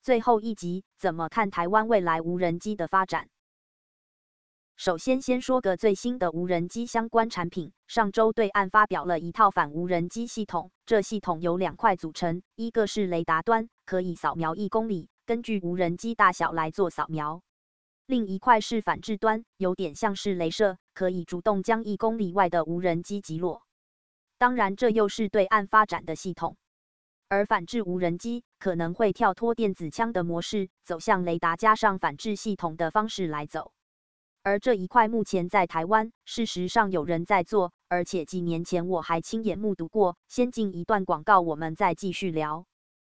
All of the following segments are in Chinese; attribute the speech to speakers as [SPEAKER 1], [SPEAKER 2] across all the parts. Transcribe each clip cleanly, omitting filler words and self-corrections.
[SPEAKER 1] 最后一集怎么看台湾未来无人机的发展？首先说个最新的无人机相关产品。上周对岸发表了一套反无人机系统，这系统由2块组成，一个是雷达端，可以扫描1公里，根据无人机大小来做扫描；另一块是反制端，有点像是雷射，可以主动将1公里外的无人机击落。当然，这又是对岸发展的系统。而反制无人机可能会跳脱电子枪的模式，走向雷达加上反制系统的方式来走。而这一块目前在台湾，事实上有人在做，而且几年前我还亲眼目睹过。先进一段广告，我们再继续聊。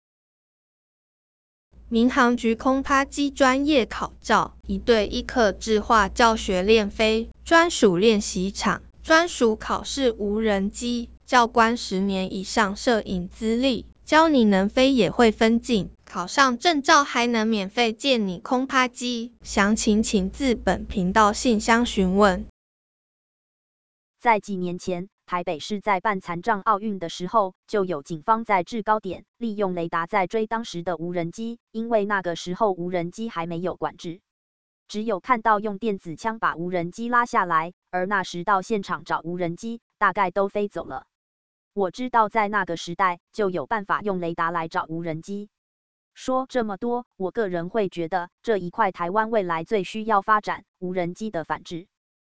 [SPEAKER 2] 民航局空拍机专业考照，1对1客制化教学练飞，专属练习场，专属考试无人机，教官10年以上摄影资历，教你能飞也会分镜，考上证照还能免费借你空拍机，详情请自本频道信箱询问。
[SPEAKER 1] 在几年前，台北市在办残障奥运的时候，就有警方在制高点利用雷达在追当时的无人机，因为那个时候无人机还没有管制，只有看到用电子枪把无人机拉下来，而那时到现场找无人机，大概都飞走了。我知道在那个时代就有办法用雷达来找无人机。说这么多，我个人会觉得这一块台湾未来最需要发展无人机的反制。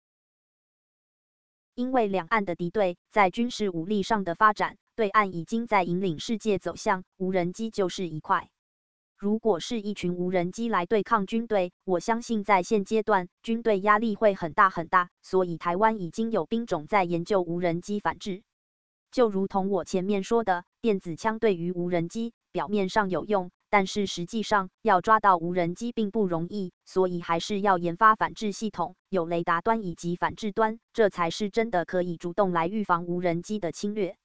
[SPEAKER 1] 因为两岸的敌对在军事武力上的发展，对岸已经在引领世界走向，无人机就是一块。如果是一群无人机来对抗军队，我相信在现阶段军队压力会很大很大，所以台湾已经有兵种在研究无人机反制。就如同我前面说的，电子枪对于无人机表面上有用，但是实际上要抓到无人机并不容易，所以还是要研发反制系统，有雷达端以及反制端，这才是真的可以主动来预防无人机的侵略。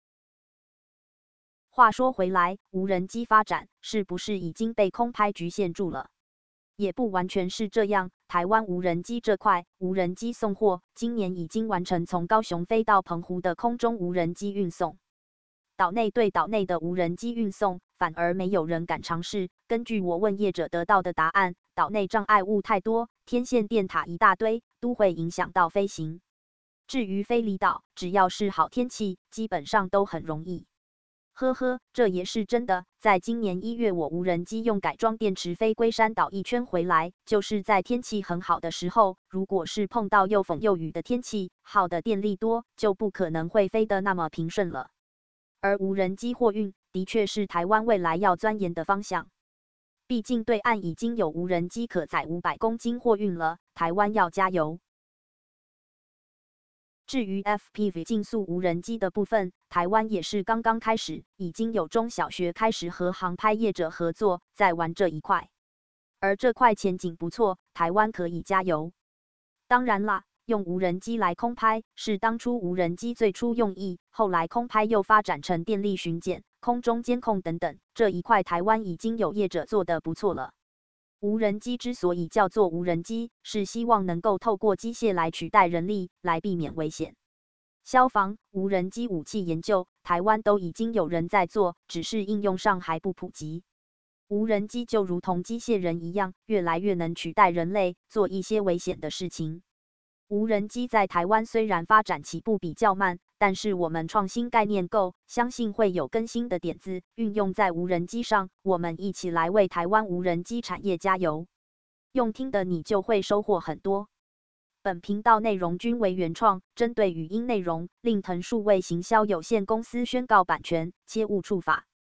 [SPEAKER 1] 话说回来，无人机发展是不是已经被空拍局限住了？也不完全是这样，台湾无人机这块无人机送货，今年已经完成从高雄飞到澎湖的空中无人机运送。岛内对岛内的无人机运送，反而没有人敢尝试。根据我问业者得到的答案，岛内障碍物太多，天线电塔一大堆，都会影响到飞行。至于飞离岛，只要是好天气，基本上都很容易。呵呵，这也是真的。在今年1月，我无人机用改装电池飞龟山岛1圈回来，就是在天气很好的时候。如果是碰到又风又雨的天气，耗的电力多，就不可能会飞得那么平顺了。而无人机货运的确是台湾未来要钻研的方向。毕竟对岸已经有无人机可载500公斤货运了，台湾要加油。至于 FPV 竞速无人机的部分，台湾也是刚刚开始，已经有中小学开始和航拍业者合作，在玩这一块。而这块前景不错，台湾可以加油。当然啦，用无人机来空拍是当初无人机最初用意，后来空拍又发展成电力巡检、空中监控等等，这一块台湾已经有业者做得不错了。无人机之所以叫做无人机，是希望能够透过机械来取代人力，来避免危险。消防、无人机武器研究，台湾都已经有人在做，只是应用上还不普及。无人机就如同机械人一样，越来越能取代人类，做一些危险的事情。无人机在台湾虽然发展起步比较慢，但是我们创新概念够，相信会有更新的点子运用在无人机上。我们一起来为台湾无人机产业加油。用听的你就会收获很多。本频道内容均为原创，针对语音内容，令腾数位行销有限公司宣告版权，切勿触法。